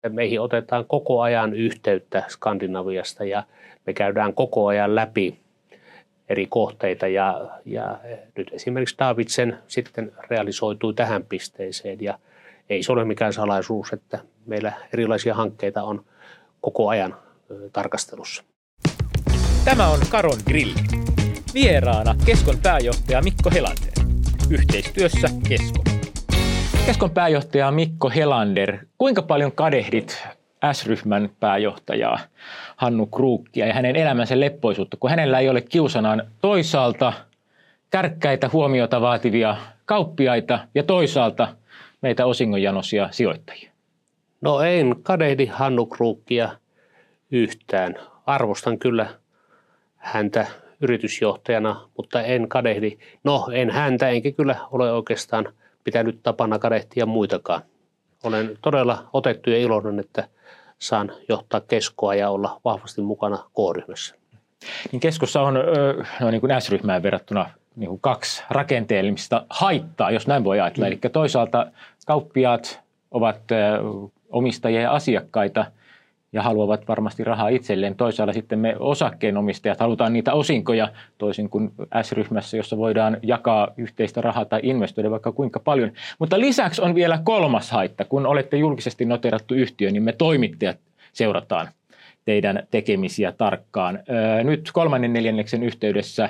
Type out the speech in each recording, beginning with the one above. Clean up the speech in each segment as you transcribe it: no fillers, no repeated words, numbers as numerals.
Meihin otetaan koko ajan yhteyttä Skandinaviasta ja me käydään koko ajan läpi eri kohteita ja nyt esimerkiksi Davidsen sitten realisoitui tähän pisteeseen ja ei se ole mikään salaisuus, että meillä erilaisia hankkeita on koko ajan tarkastelussa. Tämä on Karon Grilli. Vieraana Keskon pääjohtaja Mikko Helander. Yhteistyössä Kesko. Keskon pääjohtaja Mikko Helander, kuinka paljon kadehdit S-ryhmän pääjohtajaa Hannu Kruukia ja hänen elämänsä leppoisuutta, kun hänellä ei ole kiusanaan toisaalta kärkkäitä huomiota vaativia kauppiaita ja toisaalta meitä osingonjanoisia sijoittajia? No en kadehdi Hannu Kruukia yhtään. Arvostan kyllä häntä yritysjohtajana, mutta en kadehdi. No en häntä, enkä kyllä ole oikeastaan pitänyt tapana kadehtia muitakaan. Olen todella otettu ja iloinen, että saan johtaa Keskoa ja olla vahvasti mukana K-ryhmässä. Niin Keskossa on niin kuin S-ryhmään verrattuna niin kuin kaksi rakenteellista haittaa, jos näin voi ajatella. Eli toisaalta kauppiaat ovat omistajia ja asiakkaita ja haluavat varmasti rahaa itselleen. Toisaalta sitten me osakkeenomistajat halutaan niitä osinkoja toisin kuin S-ryhmässä, jossa voidaan jakaa yhteistä rahaa tai investoida vaikka kuinka paljon. Mutta lisäksi on vielä kolmas haitta. Kun olette julkisesti noteerattu yhtiö, niin me toimittajat seurataan teidän tekemisiä tarkkaan. Nyt 3. neljänneksen yhteydessä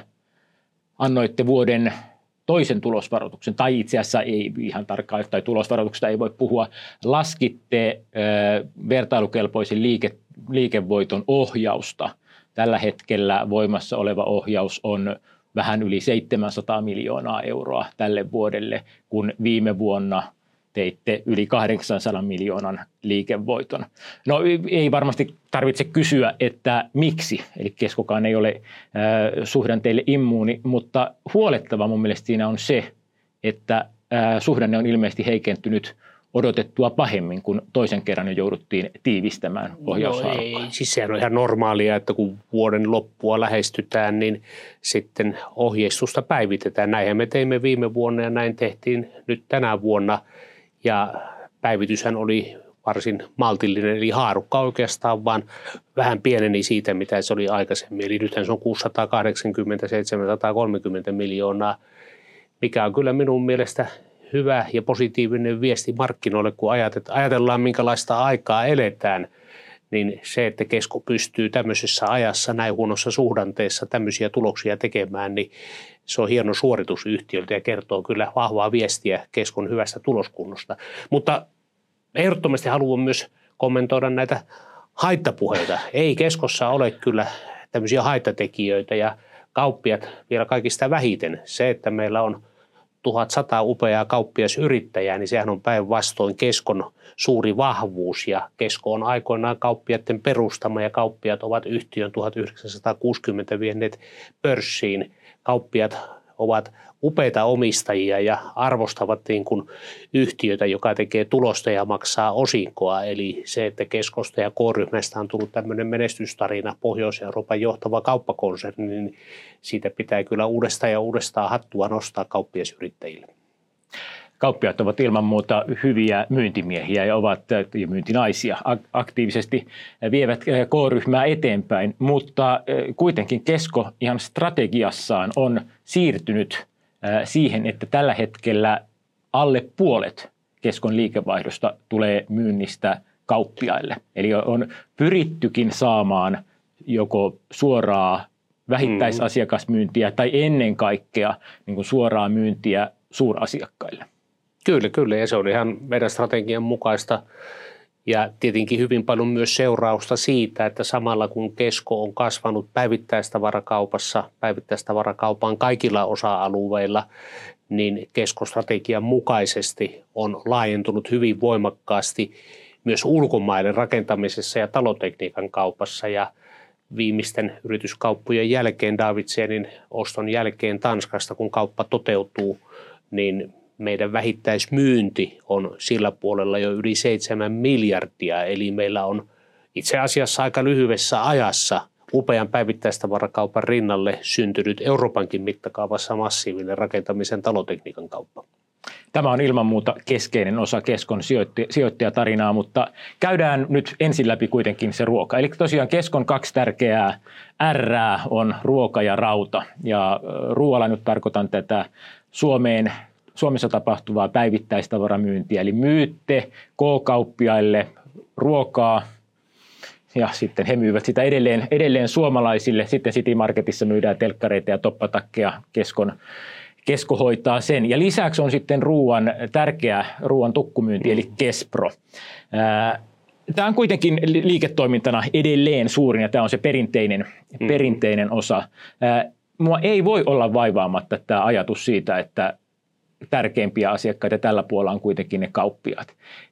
annoitte vuoden toisen tulosvaroituksen, tai itse asiassa ei ihan tarkkaan, tai tulosvaroituksesta ei voi puhua, laskitte vertailukelpoisen liikevoiton ohjausta. Tällä hetkellä voimassa oleva ohjaus on vähän yli 700 miljoonaa euroa tälle vuodelle, kun viime vuonna teitte yli 800 miljoonan liikevoiton. No ei varmasti tarvitse kysyä, että miksi, eli Keskokaan ei ole suhdanteille immuuni, mutta huolettava mun mielestä siinä on se, että suhdanne on ilmeisesti heikentynyt odotettua pahemmin, kun toisen kerran jo jouduttiin tiivistämään ohjaushaarukkaa. No ei, siis sehän on ihan normaalia, että kun vuoden loppua lähestytään, niin sitten ohjeistusta päivitetään. Näinhän me teimme viime vuonna ja näin tehtiin nyt tänä vuonna. Ja päivityshän oli varsin maltillinen, eli haarukka oikeastaan vaan vähän pieneni siitä, mitä se oli aikaisemmin. Eli nythän se on 680-730 miljoonaa, mikä on kyllä minun mielestä hyvä ja positiivinen viesti markkinoille, kun ajatellaan minkälaista aikaa eletään, niin se, että Kesko pystyy tämmöisessä ajassa, näin huonossa suhdanteessa tämmöisiä tuloksia tekemään, niin se on hieno suoritus yhtiöltä ja kertoo kyllä vahvaa viestiä Keskon hyvästä tuloskunnosta. Mutta ehdottomasti haluan myös kommentoida näitä haittapuheita. Ei Keskossa ole kyllä tämmöisiä haittatekijöitä ja kauppiat vielä kaikista vähiten. Se, että meillä on 1100 upeaa kauppiasyrittäjää, niin sehän on päinvastoin Keskon suuri vahvuus ja Kesko on aikoinaan kauppiaiden perustama ja kauppiat ovat yhtiön 1960 vienneet pörssiin. Kauppiat ovat upeita omistajia ja arvostavat niin kuin yhtiötä, joka tekee tulosta ja maksaa osinkoa. Eli se, että Keskosta ja K-ryhmästä on tullut tämmöinen menestystarina Pohjois-Euroopan johtava kauppakonserni, niin siitä pitää kyllä uudestaan ja uudestaan hattua nostaa kauppiasyrittäjille. Kauppiaat ovat ilman muuta hyviä myyntimiehiä ja ovat ja myyntinaisia aktiivisesti vievät K-ryhmää eteenpäin, mutta kuitenkin Kesko ihan strategiassaan on siirtynyt siihen, että tällä hetkellä alle puolet Keskon liikevaihdosta tulee myynnistä kauppiaille. Eli on pyrittykin saamaan joko suoraa vähittäisasiakasmyyntiä tai ennen kaikkea niin kuin suoraa myyntiä suurasiakkaille. Kyllä, ja se on ihan meidän strategian mukaista ja tietenkin hyvin paljon myös seurausta siitä, että samalla kun Kesko on kasvanut päivittäistavarakaupan kaikilla osa-alueilla, niin Kesko-strategian mukaisesti on laajentunut hyvin voimakkaasti myös ulkomaille rakentamisessa ja talotekniikan kaupassa ja viimeisten yrityskauppojen jälkeen, Davidsenin oston jälkeen Tanskasta, kun kauppa toteutuu, niin meidän vähittäismyynti on sillä puolella jo yli 7 miljardia, eli meillä on itse asiassa aika lyhyessä ajassa upean päivittäistavarakaupan rinnalle syntynyt Euroopankin mittakaavassa massiivinen rakentamisen talotekniikan kauppa. Tämä on ilman muuta keskeinen osa Keskon sijoittajatarinaa, mutta käydään nyt ensin läpi kuitenkin se ruoka. Eli tosiaan Keskon 2 tärkeää R:ää on ruoka ja rauta. Ja ruoalla nyt tarkoitan tätä Suomessa tapahtuvaa päivittäistavaramyyntiä. Eli myytte K-kauppiaille ruokaa ja sitten he myyvät sitä edelleen suomalaisille. Sitten City Marketissa myydään telkkareita ja toppatakkeja. Kesko hoitaa sen. Ja lisäksi on sitten tärkeä ruoan tukkumyynti, eli Kespro. Tämä on kuitenkin liiketoimintana edelleen suurin, ja tämä on se perinteinen osa. Mua ei voi olla vaivaamatta tämä ajatus siitä, että tärkeimpiä asiakkaita tällä puolella on kuitenkin ne kauppiaat.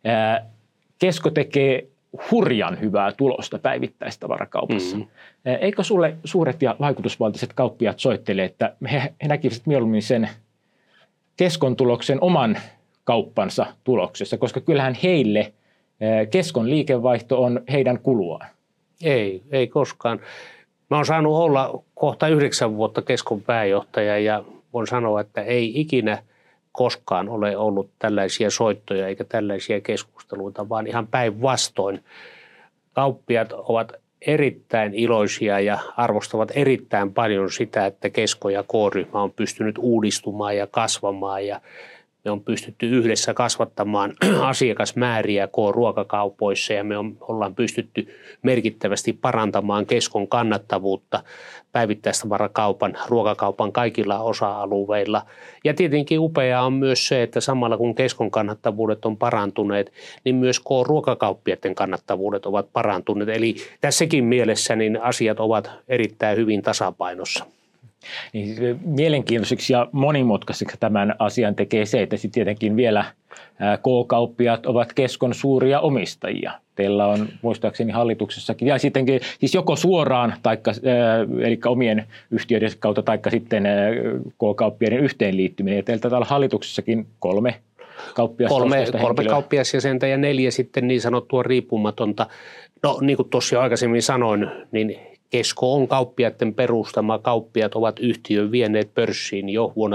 Kesko tekee hurjan hyvää tulosta päivittäistavarakaupassa. Eikö sulle suuret ja vaikutusvaltaiset kauppiaat soittele, että he näkisivät mieluummin sen Keskon tuloksen oman kauppansa tuloksessa, koska kyllähän heille Keskon liikevaihto on heidän kuluaan? Ei koskaan. Mä oon saanut olla kohta 9 vuotta Keskon pääjohtaja ja voin sanoa, että ei ikinä koskaan ole ollut tällaisia soittoja eikä tällaisia keskusteluita, vaan ihan päinvastoin. Kauppiaat ovat erittäin iloisia ja arvostavat erittäin paljon sitä, että Kesko ja K-ryhmä on pystynyt uudistumaan ja kasvamaan ja me on pystytty yhdessä kasvattamaan asiakasmääriä K-ruokakaupoissa ja me ollaan pystytty merkittävästi parantamaan Keskon kannattavuutta päivittäistavarakaupan, ruokakaupan kaikilla osa-alueilla. Ja tietenkin upeaa on myös se, että samalla kun Keskon kannattavuudet on parantuneet, niin myös K-ruokakauppiaiden kannattavuudet ovat parantuneet. Eli tässäkin mielessä niin asiat ovat erittäin hyvin tasapainossa. Niin, mielenkiintoiseksi ja monimutkaiseksi tämän asian tekee se, että sitten tietenkin vielä K-kauppiaat ovat Keskon suuria omistajia. Teillä on muistaakseni hallituksessakin, ja sittenkin siis joko suoraan, eli omien yhtiöiden kautta, taikka sitten K-kauppiaiden yhteenliittyminen. Ja teillä taitaa olla hallituksessakin 3 kauppiasjäsentä. 3 kauppiasjäsentä ja 4 sitten niin sanottua riippumatonta. No niin kuin tuossa jo aikaisemmin sanoin, niin Kesko on kauppiaiden perustama. Kauppiaat ovat yhtiön vieneet pörssiin jo vuonna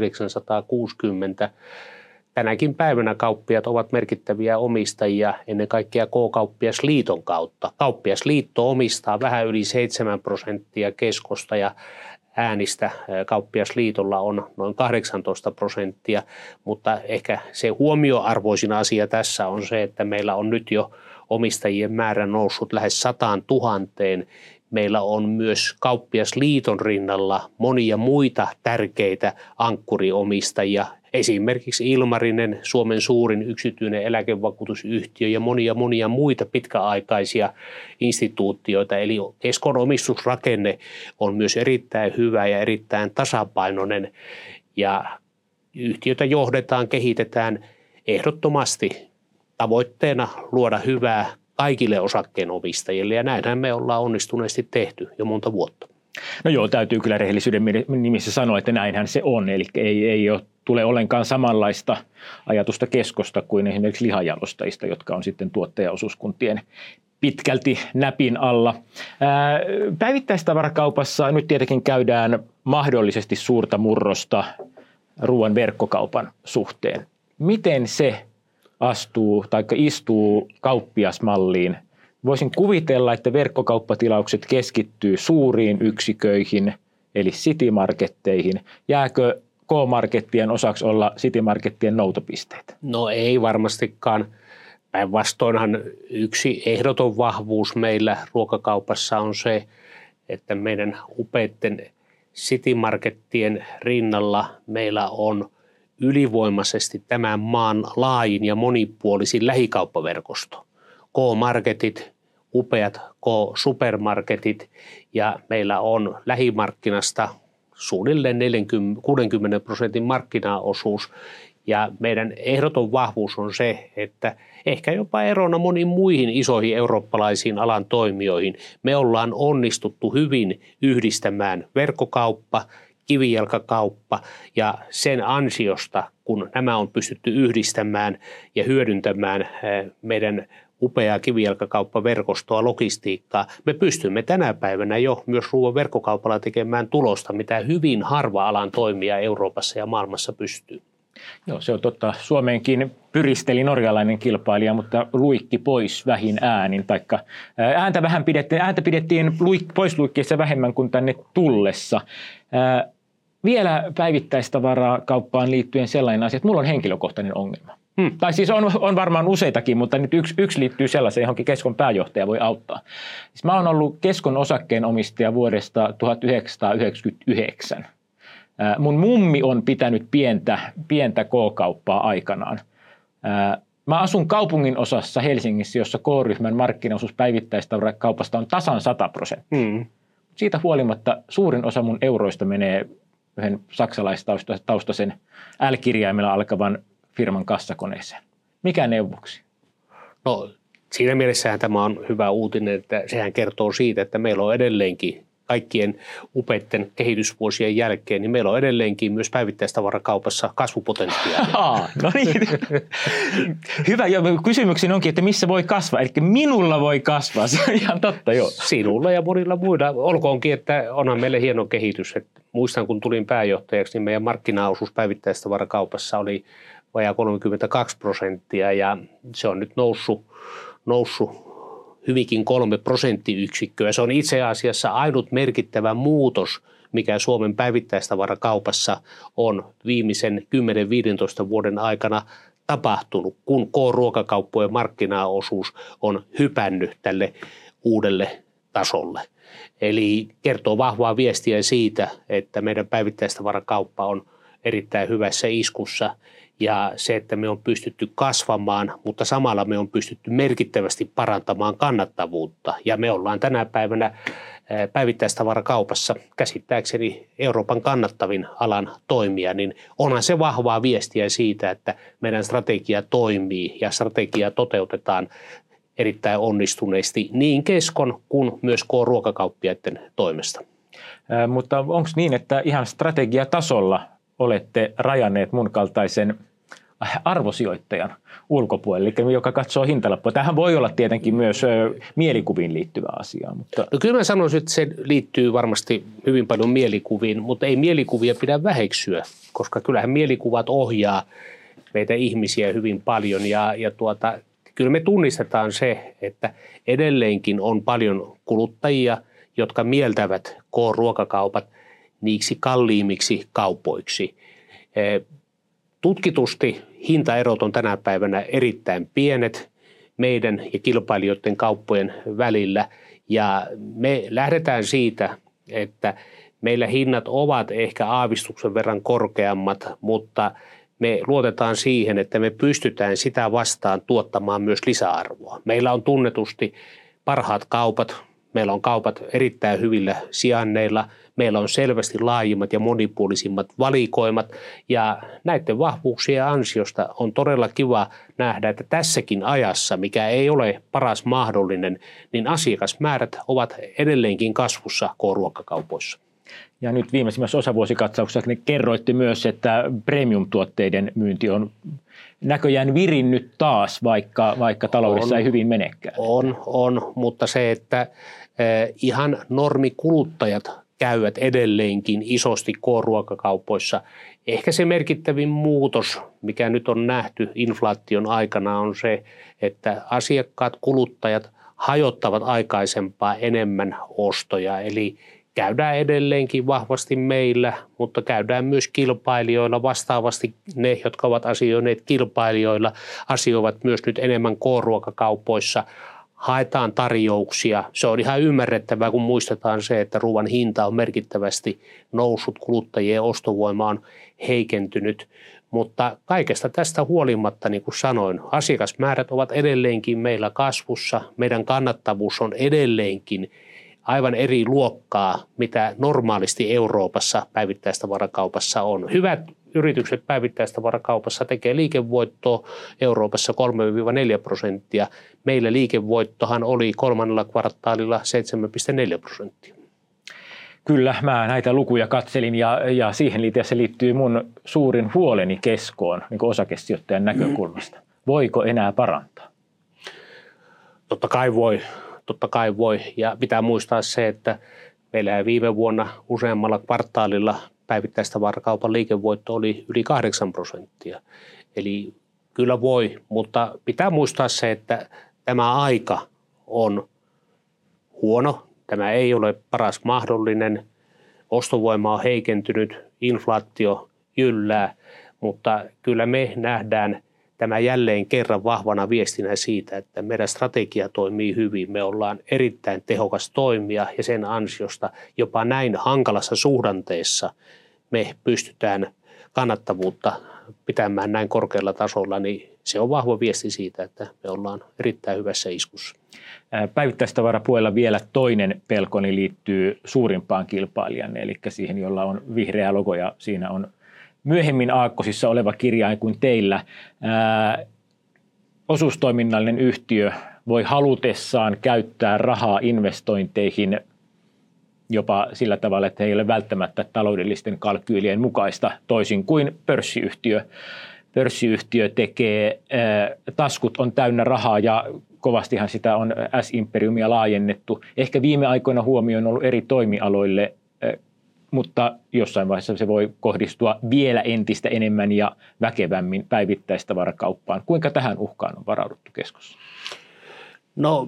1960. Tänäkin päivänä kauppiaat ovat merkittäviä omistajia ennen kaikkea K-kauppiasliiton kautta. Kauppiasliitto omistaa vähän yli 7% Keskosta ja äänistä Kauppiasliitolla on noin 18%, mutta ehkä se huomioarvoisin asia tässä on se, että meillä on nyt jo omistajien määrä noussut lähes 100 000. Meillä on myös Kauppiasliiton rinnalla monia muita tärkeitä ankkuriomistajia, esimerkiksi Ilmarinen, Suomen suurin yksityinen eläkevakuutusyhtiö ja monia muita pitkäaikaisia instituutioita. Eli Keskon omistusrakenne on myös erittäin hyvä ja erittäin tasapainoinen ja yhtiötä johdetaan, kehitetään ehdottomasti tavoitteena luoda hyvää kaikille osakkeenomistajille ja näinhän me ollaan onnistuneesti tehty jo monta vuotta. No joo, täytyy kyllä rehellisyyden nimissä sanoa, että näinhän se on. Eli ei tule ollenkaan samanlaista ajatusta Keskosta kuin esimerkiksi lihajalostajista, jotka on sitten tuottajaosuuskuntien pitkälti näpin alla. Päivittäistavarakaupassa nyt tietenkin käydään mahdollisesti suurta murrosta ruoan verkkokaupan suhteen. Miten se astuu tai istuu kauppiasmalliin? Voisin kuvitella, että verkkokauppatilaukset keskittyy suuriin yksiköihin, eli Citymarketteihin. Jääkö K-markettien osaksi olla Citymarkettien noutopisteitä? No ei varmastikaan. Päinvastoinhan yksi ehdoton vahvuus meillä ruokakaupassa on se, että meidän upeitten Citymarkettien rinnalla meillä on ylivoimaisesti tämän maan laajin ja monipuolisin lähikauppaverkosto. K-marketit, upeat K-supermarketit ja meillä on lähimarkkinasta suunnilleen 60% markkinaosuus. Ja meidän ehdoton vahvuus on se, että ehkä jopa erona moniin muihin isoihin eurooppalaisiin alan toimijoihin me ollaan onnistuttu hyvin yhdistämään verkkokauppa, kivijalkakauppa ja sen ansiosta, kun nämä on pystytty yhdistämään ja hyödyntämään meidän upeaa kivijalkakauppaverkostoa, logistiikkaa, me pystymme tänä päivänä jo myös ruoan verkkokaupalla tekemään tulosta, mitä hyvin harva alan toimija Euroopassa ja maailmassa pystyy. Joo, se on totta. Suomeenkin pyristeli norjalainen kilpailija, mutta luikki pois vähin äänin, taikka ääntä pidettiin poisluikkeessa vähemmän kuin tänne tullessa. Vielä päivittäistavarakauppaan liittyen sellainen asia, että mulla on henkilökohtainen ongelma. Tai siis on varmaan useitakin, mutta nyt yksi liittyy sellaiseen, johonkin Keskon pääjohtaja voi auttaa. Siis mä oon ollut Keskon osakkeenomistaja vuodesta 1999. Mun mummi on pitänyt pientä K-kauppaa aikanaan. Mä asun kaupungin osassa Helsingissä, jossa K-ryhmän markkinaosuus päivittäistavarakaupasta on tasan 100%. Siitä huolimatta suurin osa mun euroista menee yhden saksalaistaustaisen L-kirjaimella alkavan firman kassakoneeseen. Mikä neuvoksi? No, siinä mielessähän tämä on hyvä uutinen, että sehän kertoo siitä, että meillä on edelleenkin kaikkien upeiden kehitysvuosien jälkeen, niin meillä on edelleenkin myös päivittäistavarakaupassa kasvupotentiaalia. No niin. Hyvä. Ja kysymykseni onkin, että missä voi kasvaa? Eli minulla voi kasvaa. Se on ihan totta, joo. Sinulla ja monilla muilla. Olkoonkin, että onhan meille hieno kehitys. Että muistan, kun tulin pääjohtajaksi, niin meidän markkinaosuus päivittäistavarakaupassa oli vajaa 32% ja se on nyt noussut hyvinkin 3 prosenttiyksikköä. Se on itse asiassa ainut merkittävä muutos, mikä Suomen päivittäistavarakaupassa on viimeisen 10-15 vuoden aikana tapahtunut, kun K-ruokakauppojen markkinaosuus on hypännyt tälle uudelle tasolle. Eli kertoo vahvaa viestiä siitä, että meidän päivittäistavarakauppa on erittäin hyvässä iskussa. Ja se, että me on pystytty kasvamaan, mutta samalla me on pystytty merkittävästi parantamaan kannattavuutta. Ja me ollaan tänä päivänä päivittäistavarakaupassa käsittääkseni Euroopan kannattavin alan toimija, niin onhan se vahvaa viestiä siitä, että meidän strategia toimii ja strategia toteutetaan erittäin onnistuneesti niin Keskon kuin myös K-ruokakauppiaiden toimesta. Mutta onko niin, että ihan strategiatasolla olette rajanneet mun kaltaisen arvosijoittajan ulkopuolelle, eli joka katsoo hintalappua? Tähän voi olla tietenkin myös mielikuviin liittyvä asia. Mutta... No kyllä mä sanoisin, että se liittyy varmasti hyvin paljon mielikuviin, mutta ei mielikuvia pidä väheksyä, koska kyllähän mielikuvat ohjaa meitä ihmisiä hyvin paljon ja kyllä me tunnistetaan se, että edelleenkin on paljon kuluttajia, jotka mieltävät K-ruokakaupat niiksi kalliimmiksi kaupoiksi. Tutkitusti hintaerot on tänä päivänä erittäin pienet meidän ja kilpailijoiden kauppojen välillä ja me lähdetään siitä, että meillä hinnat ovat ehkä aavistuksen verran korkeammat, mutta me luotetaan siihen, että me pystytään sitä vastaan tuottamaan myös lisäarvoa. Meillä on tunnetusti parhaat kaupat, meillä on kaupat erittäin hyvillä sijainneilla, meillä on selvästi laajimmat ja monipuolisimmat valikoimat ja näiden vahvuuksien ansiosta on todella kiva nähdä, että tässäkin ajassa, mikä ei ole paras mahdollinen, niin asiakasmäärät ovat edelleenkin kasvussa K-ruokakaupoissa. Ja nyt viimeisimmässä osavuosikatsauksessa niin kerroitte myös, että premium-tuotteiden myynti on näköjään virinnyt taas, vaikka taloudessa ei hyvin menekään. On, mutta se, että ihan normikuluttajat käyvät edelleenkin isosti K-ruokakaupoissa. Ehkä se merkittävin muutos, mikä nyt on nähty inflaation aikana, on se, että asiakkaat, kuluttajat hajottavat aikaisempaa enemmän ostoja. Eli käydään edelleenkin vahvasti meillä, mutta käydään myös kilpailijoilla. Vastaavasti ne, jotka ovat asioineet kilpailijoilla, asioivat myös nyt enemmän K-ruokakaupoissa. Haetaan tarjouksia. Se on ihan ymmärrettävää, kun muistetaan se, että ruoan hinta on merkittävästi noussut, kuluttajien ostovoima on heikentynyt. Mutta kaikesta tästä huolimatta, niin kuin sanoin, asiakasmäärät ovat edelleenkin meillä kasvussa. Meidän kannattavuus on edelleenkin aivan eri luokkaa, mitä normaalisti Euroopassa päivittäistavarakaupassa on. Hyvät yritykset päivittäistavarakaupassa tekee liikevoittoa Euroopassa 3-4%. Meillä liikevoittohan oli 3. kvartaalilla 7,4%. Kyllä, mä näitä lukuja katselin ja siihen liittyy mun suurin huoleni Keskoon niin kuin osakesijoittajan näkökulmasta. Voiko enää parantaa? Totta kai voi ja pitää muistaa se, että meillä viime vuonna useammalla kvartaalilla päivittäistavarakaupan liikevoitto oli yli 8%. Eli kyllä voi, mutta pitää muistaa se, että tämä aika on huono. Tämä ei ole paras mahdollinen. Ostovoima on heikentynyt, inflaatio jyllää, mutta kyllä me nähdään tämä jälleen kerran vahvana viestinä siitä, että meidän strategia toimii hyvin. Me ollaan erittäin tehokas toimija ja sen ansiosta jopa näin hankalassa suhdanteessa me pystytään kannattavuutta pitämään näin korkealla tasolla, niin se on vahva viesti siitä, että me ollaan erittäin hyvässä iskussa. Päivittäistavarapuolella vielä toinen pelkoni liittyy suurimpaan kilpailijan, eli siihen, jolla on vihreä logo ja siinä on myöhemmin aakkosissa oleva kirjain kuin teillä. Osuustoiminnallinen yhtiö voi halutessaan käyttää rahaa investointeihin jopa sillä tavalla, että ei ole välttämättä taloudellisten kalkyylien mukaista, toisin kuin pörssiyhtiö. Pörssiyhtiö tekee, taskut on täynnä rahaa ja kovastihan sitä on S-imperiumia laajennettu. Ehkä viime aikoina huomio on ollut eri toimialoille, mutta jossain vaiheessa se voi kohdistua vielä entistä enemmän ja väkevämmin päivittäistavarakauppaan. Kuinka tähän uhkaan on varauduttu Keskossa? No,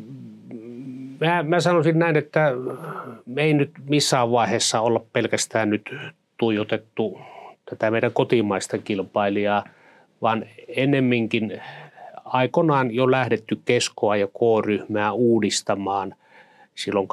mä sanoisin näin, että me ei nyt missään vaiheessa olla pelkästään nyt tuijotettu tätä meidän kotimaista kilpailijaa, vaan ennemminkin aikoinaan jo lähdetty Keskoa ja K-ryhmää uudistamaan silloin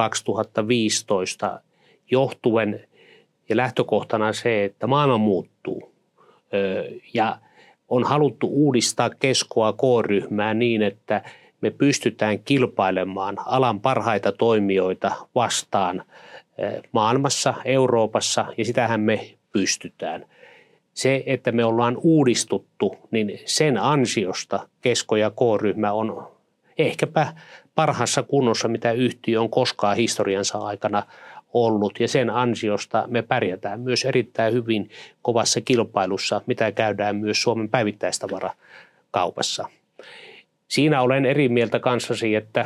2015 johtuen ja lähtökohtana se, että maailma muuttuu ja on haluttu uudistaa Keskoa K-ryhmää niin, että me pystytään kilpailemaan alan parhaita toimijoita vastaan maailmassa, Euroopassa ja sitähän me pystytään. Se, että me ollaan uudistuttu, niin sen ansiosta Kesko ja K-ryhmä on ehkäpä parhaassa kunnossa, mitä yhtiö on koskaan historiansa aikana ollut. Ja sen ansiosta me pärjätään myös erittäin hyvin kovassa kilpailussa, mitä käydään myös Suomen päivittäistavarakaupassa. Siinä olen eri mieltä kanssasi, että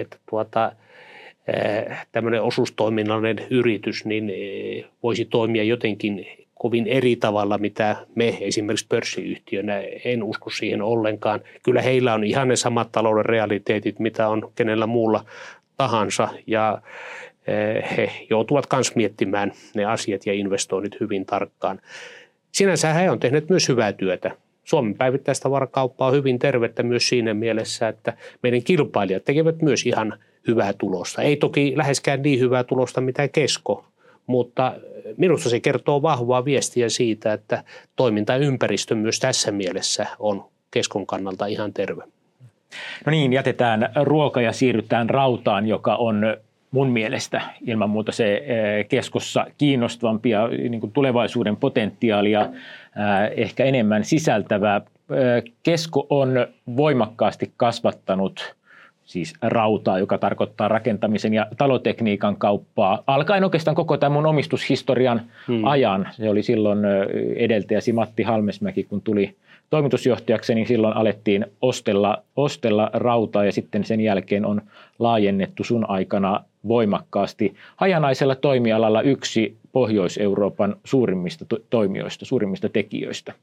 tämmöinen osuustoiminnallinen yritys niin voisi toimia jotenkin kovin eri tavalla, mitä me esimerkiksi pörssiyhtiönä, en usko siihen ollenkaan. Kyllä heillä on ihan ne samat talouden realiteetit, mitä on kenellä muulla tahansa ja he joutuvat myös miettimään ne asiat ja investoinnit hyvin tarkkaan. Sinänsä he on tehneet myös hyvää työtä. Suomen päivittäistavarakauppa on hyvin tervettä myös siinä mielessä, että meidän kilpailijat tekevät myös ihan hyvää tulosta. Ei toki läheskään niin hyvää tulosta mitä Kesko, mutta minusta se kertoo vahvaa viestiä siitä, että toimintaympäristö myös tässä mielessä on Keskon kannalta ihan terve. No niin, jätetään ruoka ja siirrytään rautaan, joka on mun mielestä ilman muuta se Keskossa kiinnostavampi ja niin kuin tulevaisuuden potentiaalia ehkä enemmän sisältävä. Kesko on voimakkaasti kasvattanut siis rautaa, joka tarkoittaa rakentamisen ja talotekniikan kauppaa. Alkaen oikeastaan koko tämän mun omistushistorian ajan. Se oli silloin edeltäjäsi Matti Halmesmäki, kun tuli toimitusjohtajaksi, niin silloin alettiin ostella rautaa ja sitten sen jälkeen on laajennettu sun aikana voimakkaasti. Hajanaisella toimialalla yksi Pohjois-Euroopan suurimmista toimijoista, suurimmista tekijöistä.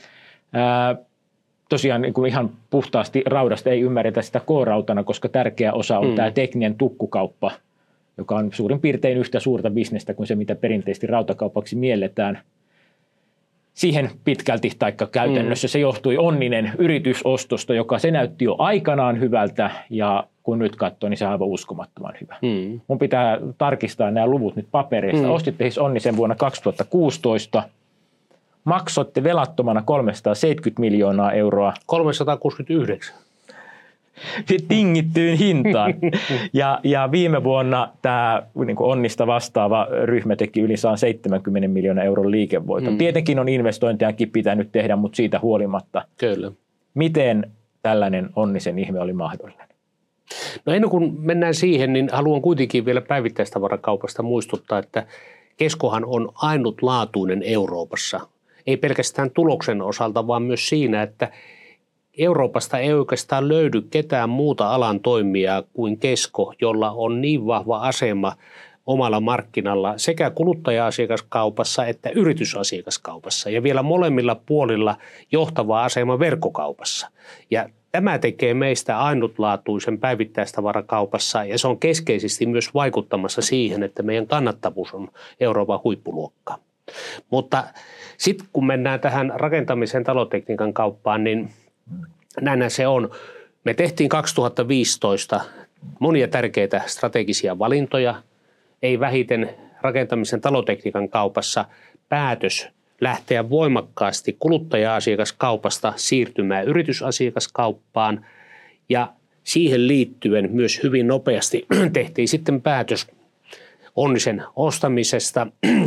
Tosiaan niin kuin ihan puhtaasti raudasta ei ymmärretä sitä K-rautana, koska tärkeä osa on tämä tekninen tukkukauppa, joka on suurin piirtein yhtä suurta bisnestä kuin se, mitä perinteisesti rautakaupaksi mielletään. Siihen pitkälti taikka käytännössä se johtui Onninen yritysostosta, joka se näytti jo aikanaan hyvältä ja kun nyt katsoo, niin se on aivan uskomattoman hyvä. Mun pitää tarkistaa nämä luvut nyt papereista. Ostitte siis Onnisen vuonna 2016. Maksoitte velattomana 370 miljoonaa euroa. 369. Tingittyyn hintaan. Ja viime vuonna tämä niin kuin Onnista vastaava ryhmä teki yli 170 miljoonan euron liikevoiton. Tietenkin on investointejakin pitänyt tehdä, mutta siitä huolimatta. Kyllä. Miten tällainen Onnisen ihme oli mahdollinen? No ennen kuin mennään siihen, niin haluan kuitenkin vielä päivittäistavarakaupasta muistuttaa, että Keskohan on ainutlaatuinen Euroopassa. Ei pelkästään tuloksen osalta, vaan myös siinä, että Euroopasta ei oikeastaan löydy ketään muuta alan toimijaa kuin Kesko, jolla on niin vahva asema omalla markkinalla sekä kuluttaja-asiakaskaupassa että yritysasiakaskaupassa ja vielä molemmilla puolilla johtava asema verkkokaupassa. Ja tämä tekee meistä ainutlaatuisen päivittäistavarakaupassa ja se on keskeisesti myös vaikuttamassa siihen, että meidän kannattavuus on Euroopan huippuluokkaa. Mutta sitten kun mennään tähän rakentamisen talotekniikan kauppaan, niin näinhän se on. Me tehtiin 2015 monia tärkeitä strategisia valintoja, ei vähiten rakentamisen talotekniikan kaupassa päätös lähteä voimakkaasti kuluttaja-asiakaskaupasta siirtymään yritysasiakaskauppaan ja siihen liittyen myös hyvin nopeasti tehtiin sitten päätös Onnisen ostamisesta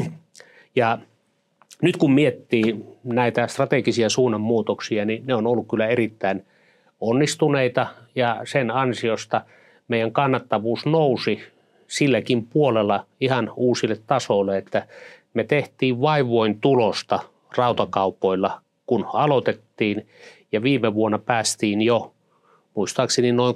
ja nyt kun miettii näitä strategisia suunnanmuutoksia, niin ne on ollut kyllä erittäin onnistuneita ja sen ansiosta meidän kannattavuus nousi silläkin puolella ihan uusille tasoille, että me tehtiin vaivoin tulosta rautakaupoilla, kun aloitettiin ja viime vuonna päästiin jo muistaakseni noin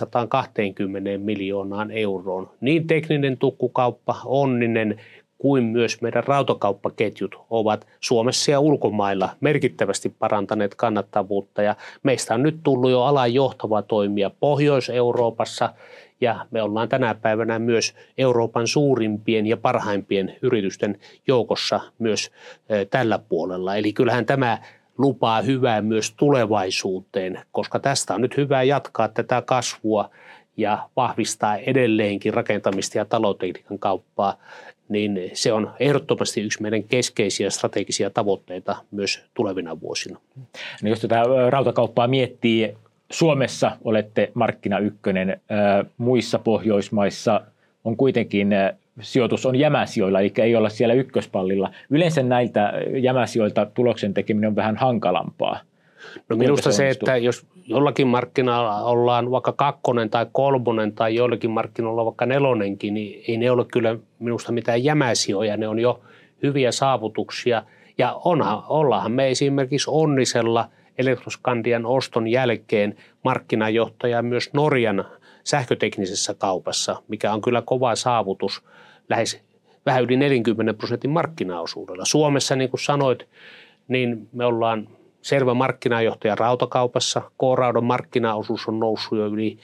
320 miljoonaan euroon. Niin tekninen tukkukauppa, Onninen kuin myös meidän rautakauppaketjut ovat Suomessa ja ulkomailla merkittävästi parantaneet kannattavuutta ja meistä on nyt tullut jo alan johtava toimija Pohjois-Euroopassa ja me ollaan tänä päivänä myös Euroopan suurimpien ja parhaimpien yritysten joukossa myös tällä puolella. Eli kyllähän tämä lupaa hyvää myös tulevaisuuteen, koska tästä on nyt hyvä jatkaa tätä kasvua ja vahvistaa edelleenkin rakentamista ja talotekniikan kauppaa, niin se on ehdottomasti yksi meidän keskeisiä strategisia tavoitteita myös tulevina vuosina. No jos tätä rautakauppaa miettii, Suomessa olette markkina ykkönen, muissa Pohjoismaissa on kuitenkin sijoitus on jämäsijoilla, eli ei olla siellä ykköspallilla. Yleensä näiltä jämäsijoilta tuloksen tekeminen on vähän hankalampaa. No minusta se, että jos jollakin markkinalla ollaan vaikka 2 tai 3 tai jollakin markkinoilla vaikka 4, niin ei ne ole kyllä minusta mitään jämäsijoja, ne on jo hyviä saavutuksia. Ja ollaanhan me esimerkiksi Onnisella Elektroskandian oston jälkeen markkinajohtaja myös Norjan sähköteknisessä kaupassa, mikä on kyllä kova saavutus lähes vähän yli 40% markkinaosuudella. Suomessa, niin kuin sanoit, niin me ollaan selvä markkinajohtaja rautakaupassa. K-raudan markkinaosuus on noussut jo yli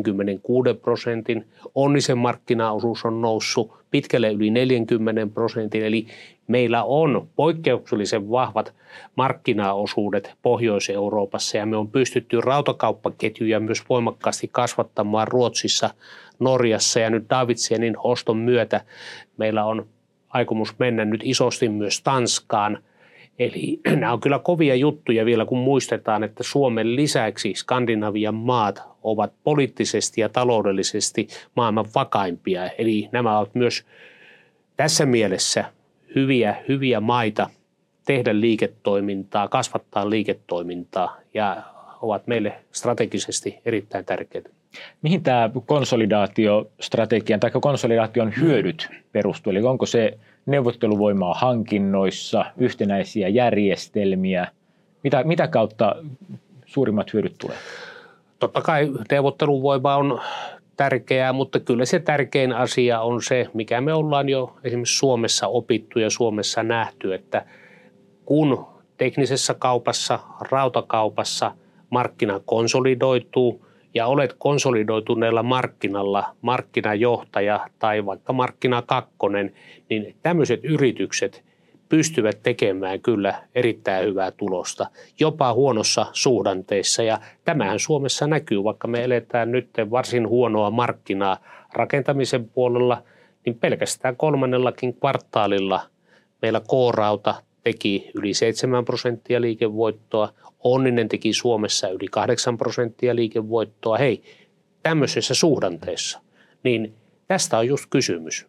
46%. Onnisen markkinaosuus on noussut pitkälle yli 40%. Eli meillä on poikkeuksellisen vahvat markkinaosuudet Pohjois-Euroopassa ja me on pystytty rautakauppaketjuja myös voimakkaasti kasvattamaan Ruotsissa, Norjassa ja nyt Davidsenin oston myötä meillä on aikomus mennä nyt isosti myös Tanskaan. Eli nämä on kyllä kovia juttuja vielä, kun muistetaan, että Suomen lisäksi Skandinavian maat ovat poliittisesti ja taloudellisesti maailman vakaimpia. Eli nämä ovat myös tässä mielessä hyviä maita tehdä liiketoimintaa, kasvattaa liiketoimintaa ja ovat meille strategisesti erittäin tärkeitä. Mihin tämä konsolidaatiostrategian tai konsolidaation hyödyt perustuu? Eli onko se neuvotteluvoimaa hankinnoissa, yhtenäisiä järjestelmiä? Mitä kautta suurimmat hyödyt tulee? Totta kai neuvotteluvoima on tärkeää, mutta kyllä se tärkein asia on se, mikä me ollaan jo esimerkiksi Suomessa opittu ja Suomessa nähty, että kun teknisessä kaupassa, rautakaupassa markkina konsolidoituu ja olet konsolidoituneella markkinalla markkinajohtaja tai vaikka markkina 2, niin tämmöiset yritykset pystyvät tekemään kyllä erittäin hyvää tulosta, jopa huonossa suhdanteessa. Ja tämähän Suomessa näkyy, vaikka me eletään nyt varsin huonoa markkinaa rakentamisen puolella, niin pelkästään 3. kvartaalilla meillä K-rauta teki yli 7% liikevoittoa, Onninen teki Suomessa yli 8% liikevoittoa. Hei, tämmöisessä suhdanteessa, niin tästä on just kysymys.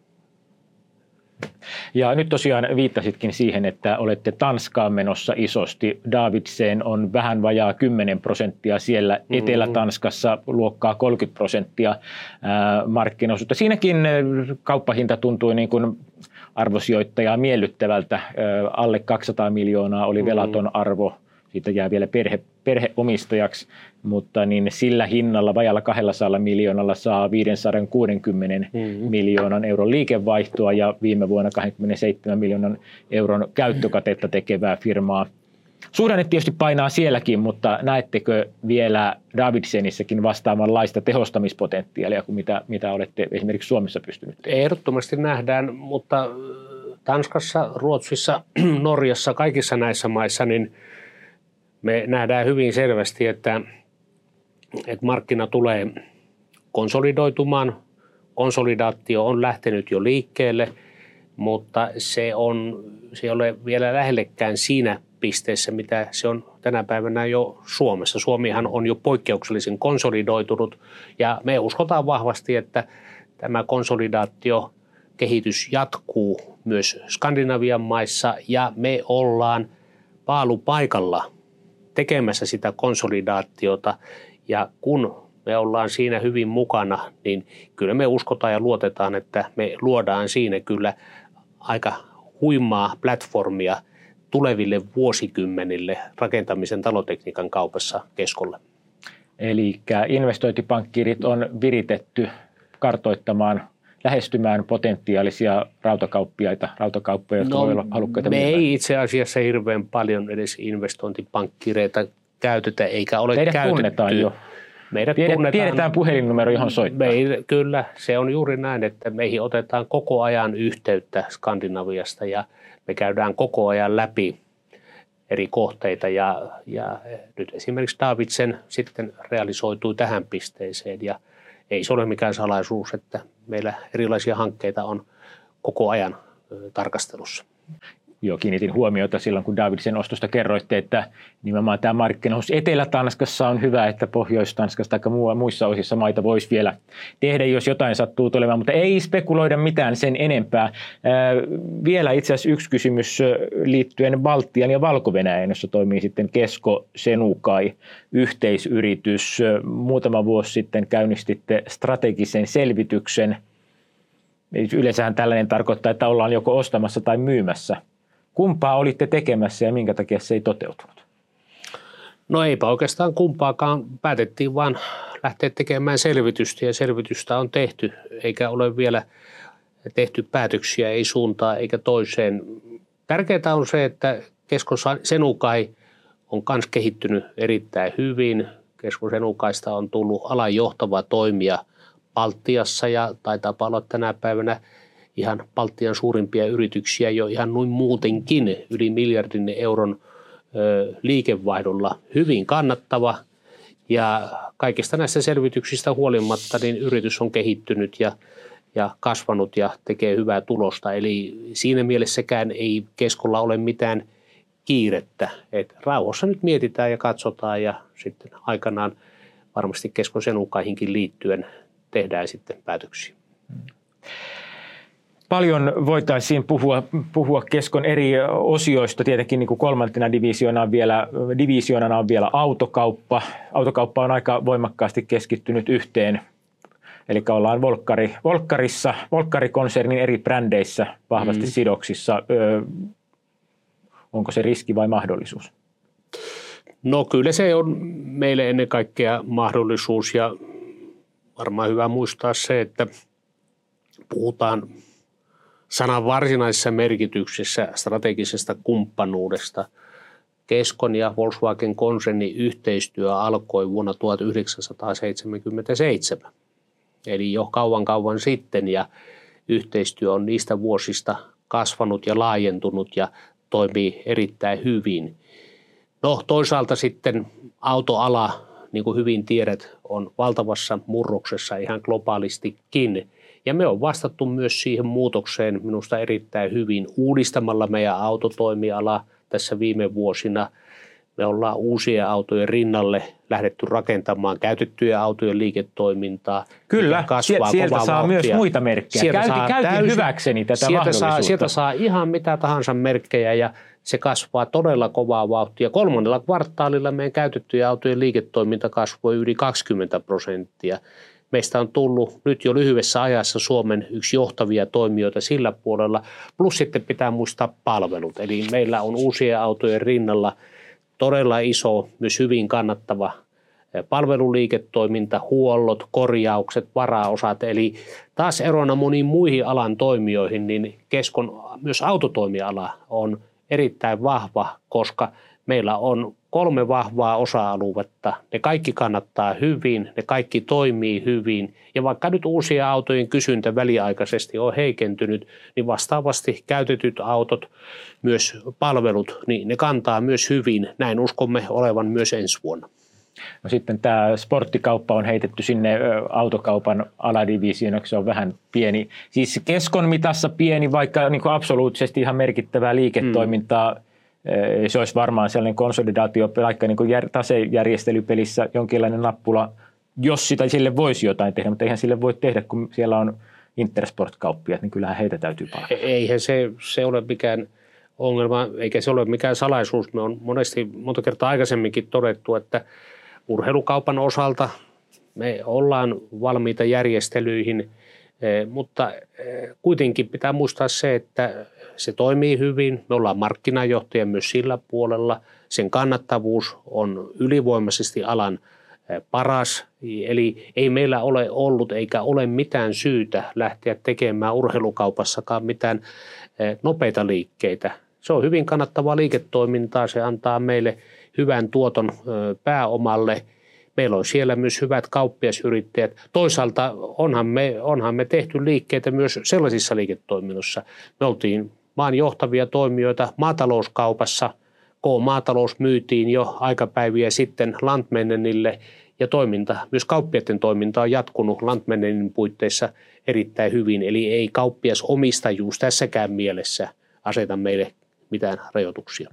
Ja nyt tosiaan viittasitkin siihen, että olette Tanskaan menossa isosti. Davidsen on vähän vajaa 10% siellä Etelä-Tanskassa, luokkaa 30% markkinaosuutta. Siinäkin kauppahinta tuntui niin kuin arvosijoittajaa miellyttävältä. Alle 200 miljoonaa oli velaton arvo. siitä jää vielä perheomistajaksi, mutta niin sillä hinnalla vajalla 200 miljoonalla saa 560 miljoonan euron liikevaihtoa ja viime vuonna 27 miljoonan euron käyttökatetta tekevää firmaa. Suhdanne tietysti painaa sielläkin, mutta näettekö vielä Davidsenissäkin vastaavanlaista tehostamispotentiaalia kuin mitä olette esimerkiksi Suomessa pystynyt tekemään? Ehdottomasti nähdään, mutta Tanskassa, Ruotsissa, Norjassa, kaikissa näissä maissa niin me nähdään hyvin selvästi, että markkina tulee konsolidoitumaan. Konsolidaatio on lähtenyt jo liikkeelle, mutta se ei ole vielä lähellekään siinä pisteessä, mitä se on tänä päivänä jo Suomessa. Suomihan on jo poikkeuksellisen konsolidoitunut ja me uskotaan vahvasti, että tämä konsolidaatiokehitys jatkuu myös Skandinavian maissa ja me ollaan paalupaikalla tekemässä sitä konsolidaatiota ja kun me ollaan siinä hyvin mukana, niin kyllä me uskotaan ja luotetaan, että me luodaan siinä kyllä aika huimaa platformia tuleville vuosikymmenille rakentamisen talotekniikan kaupassa Keskolle. Eli investointipankkiirit on viritetty kartoittamaan, lähestymään potentiaalisia rautakauppoja, jotka voi olla halukkaita. Me ei itse asiassa hirveän paljon edes investointipankkireita käytetä, eikä ole Teidät käytetty. Tunnetaan jo. Tiedetään puhelinnumero, johon soittaa. Kyllä, se on juuri näin, että meihin otetaan koko ajan yhteyttä Skandinaviasta ja me käydään koko ajan läpi eri kohteita ja nyt esimerkiksi Davidsen sitten realisoitui tähän pisteeseen ja ei se ole mikään salaisuus, että meillä erilaisia hankkeita on koko ajan tarkastelussa. Joo, kiinnitin huomiota silloin, kun Davidsen ostosta kerroitte, että nimenomaan tämä markkinaosuus Etelä-Tanskassa on hyvä, että Pohjois-Tanskassa tai muissa osissa maita voisi vielä tehdä, jos jotain sattuu tulemaan, mutta ei spekuloida mitään sen enempää. Vielä itse asiassa yksi kysymys liittyen Baltian ja Valko-Venäjän, jossa toimii sitten Kesko Senukai yhteisyritys. Muutama vuosi sitten käynnistitte strategisen selvityksen. Yleensähän tällainen tarkoittaa, että ollaan joko ostamassa tai myymässä. Kumpaa olitte tekemässä ja minkä takia se ei toteutunut? No eipä oikeastaan kumpaakaan. Päätettiin vaan lähteä tekemään selvitystä ja selvitystä on tehty, eikä ole vielä tehty päätöksiä, ei suuntaan eikä toiseen. Tärkeää on se, että Kesko Senukai on myös kehittynyt erittäin hyvin. Kesko Senukaista on tullut alan johtava toimija Baltiassa ja taitaa olla tänä päivänä ihan Baltian suurimpia yrityksiä jo ihan noin muutenkin yli miljardin euron liikevaihdolla hyvin kannattava ja kaikista näistä selvityksistä huolimatta niin yritys on kehittynyt ja kasvanut ja tekee hyvää tulosta. Eli siinä mielessäkään ei Keskolla ole mitään kiirettä. Et rauhassa nyt mietitään ja katsotaan ja sitten aikanaan varmasti Kesko Senukaihinkin liittyen tehdään sitten päätöksiä. Paljon voitaisiin puhua Keskon eri osioista. Tietenkin niin kuin kolmantena divisioonana on vielä autokauppa. Autokauppa on aika voimakkaasti keskittynyt yhteen. Eli ollaan Volkkari-konsernin eri brändeissä vahvasti sidoksissa. Onko se riski vai mahdollisuus? No kyllä se on meille ennen kaikkea mahdollisuus ja varmaan hyvä muistaa se, että puhutaan sanan varsinaisessa merkityksessä strategisesta kumppanuudesta. Keskon ja Volkswagen-konsernin yhteistyö alkoi vuonna 1977, eli jo kauan sitten ja yhteistyö on niistä vuosista kasvanut ja laajentunut ja toimii erittäin hyvin. No toisaalta sitten autoala, niin kuin hyvin tiedät, on valtavassa murroksessa ihan globaalistikin. Ja me on vastattu myös siihen muutokseen minusta erittäin hyvin uudistamalla meidän autotoimiala tässä viime vuosina. Me ollaan uusien autojen rinnalle lähdetty rakentamaan käytettyjä autojen liiketoimintaa. Kyllä, sieltä saa myös muita merkkejä. Käytin hyväkseni tätä mahdollisuutta. Sieltä saa ihan mitä tahansa merkkejä ja se kasvaa todella kovaa vauhtia. Kolmannella kvartaalilla meidän käytettyjä autojen liiketoiminta kasvoi yli 20%. Meistä on tullut nyt jo lyhyessä ajassa Suomen yksi johtavia toimijoita sillä puolella. Plus sitten pitää muistaa palvelut. Eli meillä on uusien autojen rinnalla todella iso, myös hyvin kannattava palveluliiketoiminta, huollot, korjaukset, varaosat. Eli taas erona moniin muihin alan toimijoihin, niin Keskon myös autotoimiala on erittäin vahva, koska meillä on 3 vahvaa osa-aluetta. Ne kaikki kannattaa hyvin, ne kaikki toimii hyvin. Ja vaikka nyt uusien autojen kysyntä väliaikaisesti on heikentynyt, niin vastaavasti käytetyt autot, myös palvelut, niin ne kantaa myös hyvin. Näin uskomme olevan myös ensi vuonna. No sitten tämä sporttikauppa on heitetty sinne autokaupan aladivisioon, se on vähän pieni. Siis Keskon mitassa pieni, vaikka niin kuin absoluuttisesti ihan merkittävää liiketoimintaa. Se olisi varmaan sellainen konsolidaatio, vaikka niin kuin tasejärjestelypelissä jonkinlainen nappula, jos sitä sille voisi jotain tehdä, mutta eihän sille voi tehdä, kun siellä on Intersport-kauppiat, niin kyllähän heitä täytyy palata. Eihän se ole mikään ongelma, eikä se ole mikään salaisuus. Me on monta kertaa aikaisemminkin todettu, että urheilukaupan osalta me ollaan valmiita järjestelyihin, mutta kuitenkin pitää muistaa se, että se toimii hyvin. Me ollaan markkinajohtaja myös sillä puolella. Sen kannattavuus on ylivoimaisesti alan paras. Eli ei meillä ole ollut eikä ole mitään syytä lähteä tekemään urheilukaupassakaan mitään nopeita liikkeitä. Se on hyvin kannattavaa liiketoimintaa. Se antaa meille hyvän tuoton pääomalle. Meillä on siellä myös hyvät kauppiasyrittäjät. Toisaalta onhan me tehty liikkeitä myös sellaisissa liiketoiminnoissa. Me oltiin maan johtavia toimijoita maatalouskaupassa. K-maatalous myytiin jo aikapäiviä sitten Lantmännenille ja myös kauppiaiden toiminta on jatkunut Lantmännenin puitteissa erittäin hyvin. Eli ei kauppiasomistajuus tässäkään mielessä aseta meille mitään rajoituksia.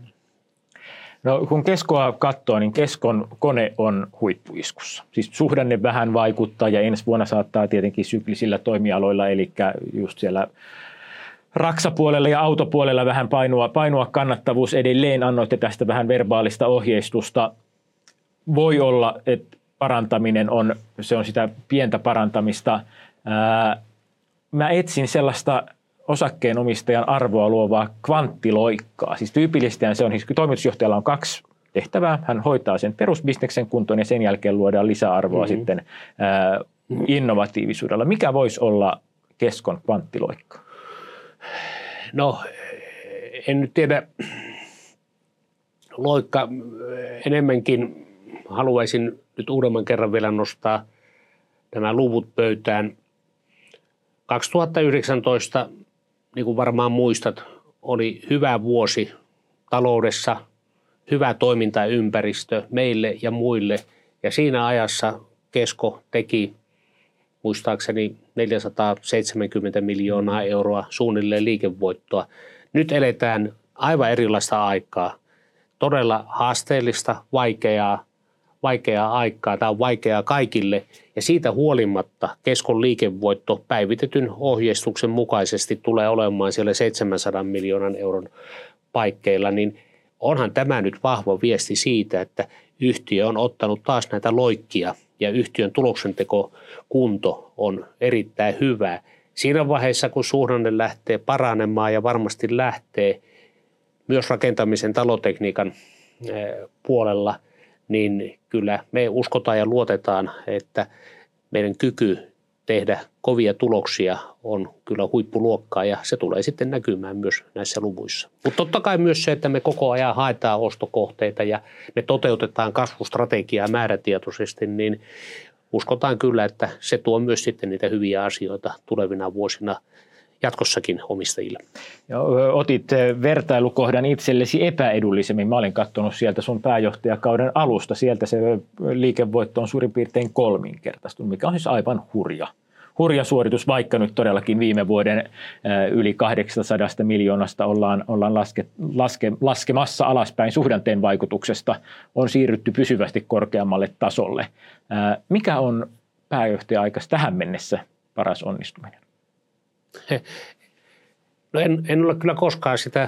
No kun Keskoa katsoo, niin Keskon kone on huippuiskussa. Siis suhdanne vähän vaikuttaa ja ensi vuonna saattaa tietenkin syklisillä toimialoilla, eli just siellä raksapuolella ja autopuolella vähän painua kannattavuus edelleen. Annoitte tästä vähän verbaalista ohjeistusta. Voi olla, että parantaminen on sitä pientä parantamista. Mä etsin sellaista osakkeenomistajan arvoa luovaa kvanttiloikkaa. Siis tyypillisesti se on, siis toimitusjohtajalla on 2 tehtävää. Hän hoitaa sen perusbisneksen kuntoon ja sen jälkeen luodaan lisäarvoa sitten innovatiivisuudella. Mikä voisi olla Keskon kvanttiloikka? No, en nyt tiedä. Loikka enemmänkin haluaisin nyt uudemman kerran vielä nostaa nämä luvut pöytään. 2019, niin kuin varmaan muistat, oli hyvä vuosi taloudessa, hyvä toimintaympäristö meille ja muille. Ja siinä ajassa Kesko teki muistaakseni 470 miljoonaa euroa suunnilleen liikevoittoa. Nyt eletään aivan erilaista aikaa, todella haasteellista, vaikeaa aikaa. Tämä on vaikeaa kaikille ja siitä huolimatta Keskon liikevoitto päivitetyn ohjeistuksen mukaisesti tulee olemaan siellä 700 miljoonan euron paikkeilla, niin onhan tämä nyt vahva viesti siitä, että yhtiö on ottanut taas näitä loikkia ja yhtiön tuloksentekokunto on erittäin hyvä. Siinä vaiheessa, kun suhdanne lähtee paranemaan ja varmasti lähtee myös rakentamisen talotekniikan puolella, niin kyllä me uskotaan ja luotetaan, että meidän kyky tehdä kovia tuloksia on kyllä huippuluokkaa ja se tulee sitten näkymään myös näissä luvuissa. Mutta totta kai myös se, että me koko ajan haetaan ostokohteita ja me toteutetaan kasvustrategiaa määrätietoisesti, niin uskotaan kyllä, että se tuo myös sitten niitä hyviä asioita tulevina vuosina jatkossakin omistajille. Otit vertailukohdan itsellesi epäedullisemmin. Mä olen katsonut sieltä sun pääjohtajakauden alusta. Sieltä se liikevoitto on suurin piirtein 3-kertaistunut, mikä on siis aivan hurja suoritus, vaikka nyt todellakin viime vuoden yli 800 miljoonasta ollaan laskemassa alaspäin suhdanteen vaikutuksesta. On siirrytty pysyvästi korkeammalle tasolle. Mikä on pääjohtaja-aikas tähän mennessä paras onnistuminen? No en ole kyllä koskaan sitä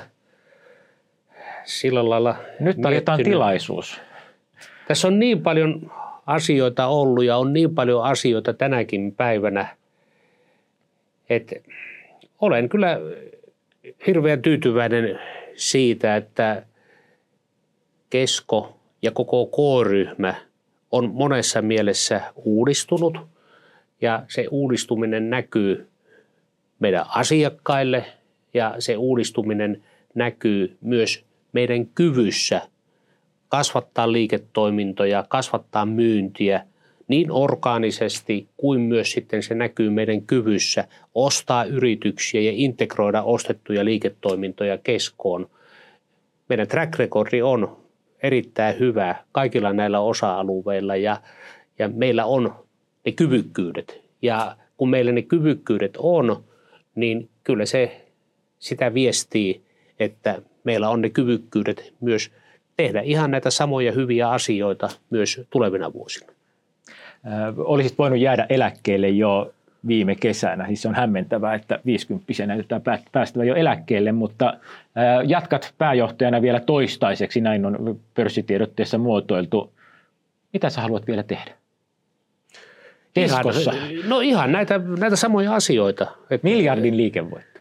sillä lailla nyt tarjotaan tilaisuus. Tässä on niin paljon asioita ollut ja on niin paljon asioita tänäkin päivänä, että olen kyllä hirveän tyytyväinen siitä, että Kesko ja koko K-ryhmä on monessa mielessä uudistunut ja se uudistuminen näkyy meidän asiakkaille ja se uudistuminen näkyy myös meidän kyvyssä kasvattaa liiketoimintoja, kasvattaa myyntiä niin orgaanisesti kuin myös sitten se näkyy meidän kyvyssä ostaa yrityksiä ja integroida ostettuja liiketoimintoja Keskoon. Meidän track recordi on erittäin hyvä kaikilla näillä osa-alueilla ja meillä on ne kyvykkyydet. Ja kun meillä ne kyvykkyydet on, niin kyllä se sitä viestii, että meillä on ne kyvykkyydet myös tehdä ihan näitä samoja hyviä asioita myös tulevina vuosina. Olisit voinut jäädä eläkkeelle jo viime kesänä. Siis on hämmentävää, että 50-vuotiaana näyttää päästävä jo eläkkeelle, mutta jatkat pääjohtajana vielä toistaiseksi, näin on pörssitiedotteessa muotoiltu. Mitä sä haluat vielä tehdä? Keskossa. Ihan näitä samoja asioita. Miljardin liikevoitto.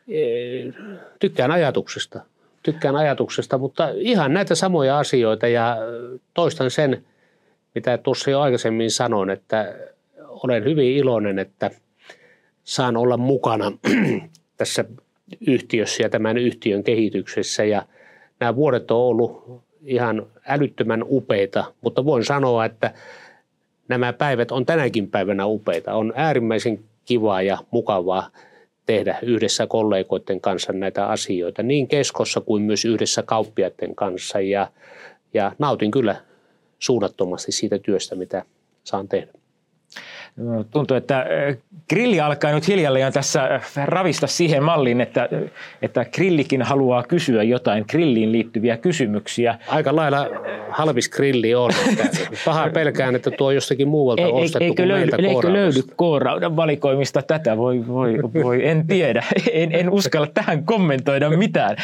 Tykkään ajatuksesta, mutta ihan näitä samoja asioita ja toistan sen, mitä tuossa jo aikaisemmin sanoin, että olen hyvin iloinen, että saan olla mukana tässä yhtiössä ja tämän yhtiön kehityksessä ja nämä vuodet on ollut ihan älyttömän upeita, mutta voin sanoa, että nämä päivät on tänäkin päivänä upeita. On äärimmäisen kivaa ja mukavaa tehdä yhdessä kollegoiden kanssa näitä asioita, niin Keskossa kuin myös yhdessä kauppiaiden kanssa ja nautin kyllä suunnattomasti siitä työstä, mitä saan tehdä. Tuntuu, että grilli alkaa nyt hiljalleen tässä ravista siihen malliin, että grillikin haluaa kysyä jotain grilliin liittyviä kysymyksiä. Aika lailla halvis grilli on, että paha pelkään, että tuo jostakin muualta ostettu kuin meiltä K-raudasta. Eikö löydy K-raudan valikoimista tätä? Voi, en tiedä. En uskalla tähän kommentoida mitään.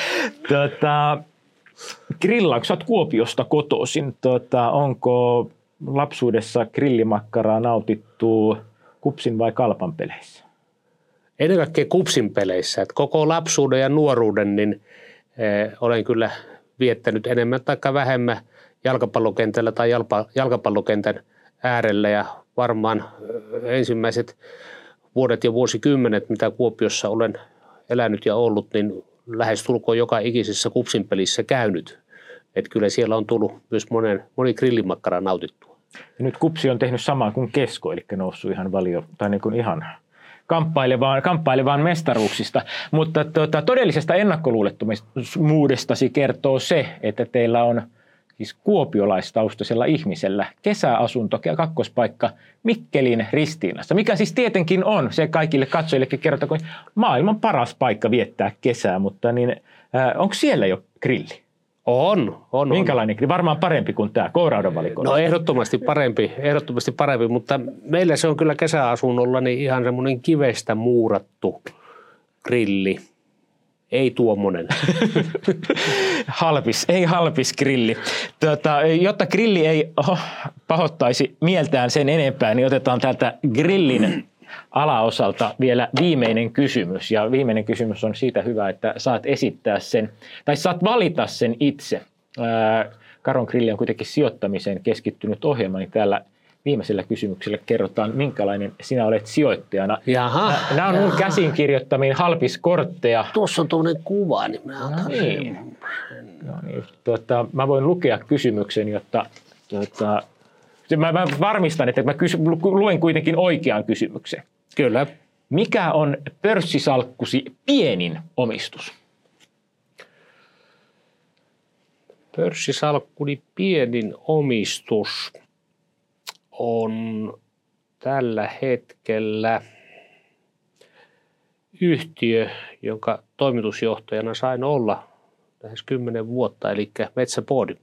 Grillaako sä oot Kuopiosta kotoisin? Onko lapsuudessa grillimakkaraa nautittu kupsin vai kalpan peleissä? Ennen kaikkea kupsin peleissä. Että koko lapsuuden ja nuoruuden niin olen kyllä viettänyt enemmän tai vähemmän jalkapallokentällä tai jalkapallokentän äärellä ja varmaan ensimmäiset vuodet ja vuosikymmenet, mitä Kuopiossa olen elänyt ja ollut, niin lähestulkoon joka ikisessä kupsin pelissä käynyt. Että kyllä siellä on tullut myös moni grillimakkara nautittua. Ja nyt kupsi on tehnyt samaa kuin Kesko, eli noussut ihan ihan kamppailevaan mestaruuksista. Mutta todellisesta ennakkoluulottomuudestasi kertoo se, että teillä on siis kuopiolaistaustaisella ihmisellä kesäasunto, kakkospaikka Mikkelin Ristiinassa, mikä siis tietenkin on se kaikille katsojillekin kerrotaan kuin maailman paras paikka viettää kesää, mutta onko siellä jo grilli? On. Minkälainen grilli? Varmaan parempi kuin tämä K-raudan valikoima. No ehdottomasti parempi, mutta meillä se on kyllä kesäasunnolla niin ihan semmoinen kivestä muurattu grilli. Ei tuommoinen. halpis grilli. Jotta grilli ei pahoittaisi mieltään sen enempää, niin otetaan täältä grillin alaosalta vielä viimeinen kysymys. Ja viimeinen kysymys on siitä hyvä, että saat esittää sen, tai saat valita sen itse. Karon Grilli on kuitenkin sijoittamiseen keskittynyt ohjelma, niin täällä viimeisellä kysymyksellä kerrotaan, minkälainen sinä olet sijoittajana. Nämä on mun käsin kirjoittamiin halpiskortteja. Tuossa on tuollainen kuva, niin minä otan sen. Mä voin lukea kysymyksen, jotta mä varmistan, että mä luen kuitenkin oikean kysymyksen. Kyllä. Mikä on pörssisalkkusi pienin omistus? Pörssisalkkuni pienin omistus on tällä hetkellä yhtiö, jonka toimitusjohtajana sain olla lähes 10 vuotta, eli Metsäboard.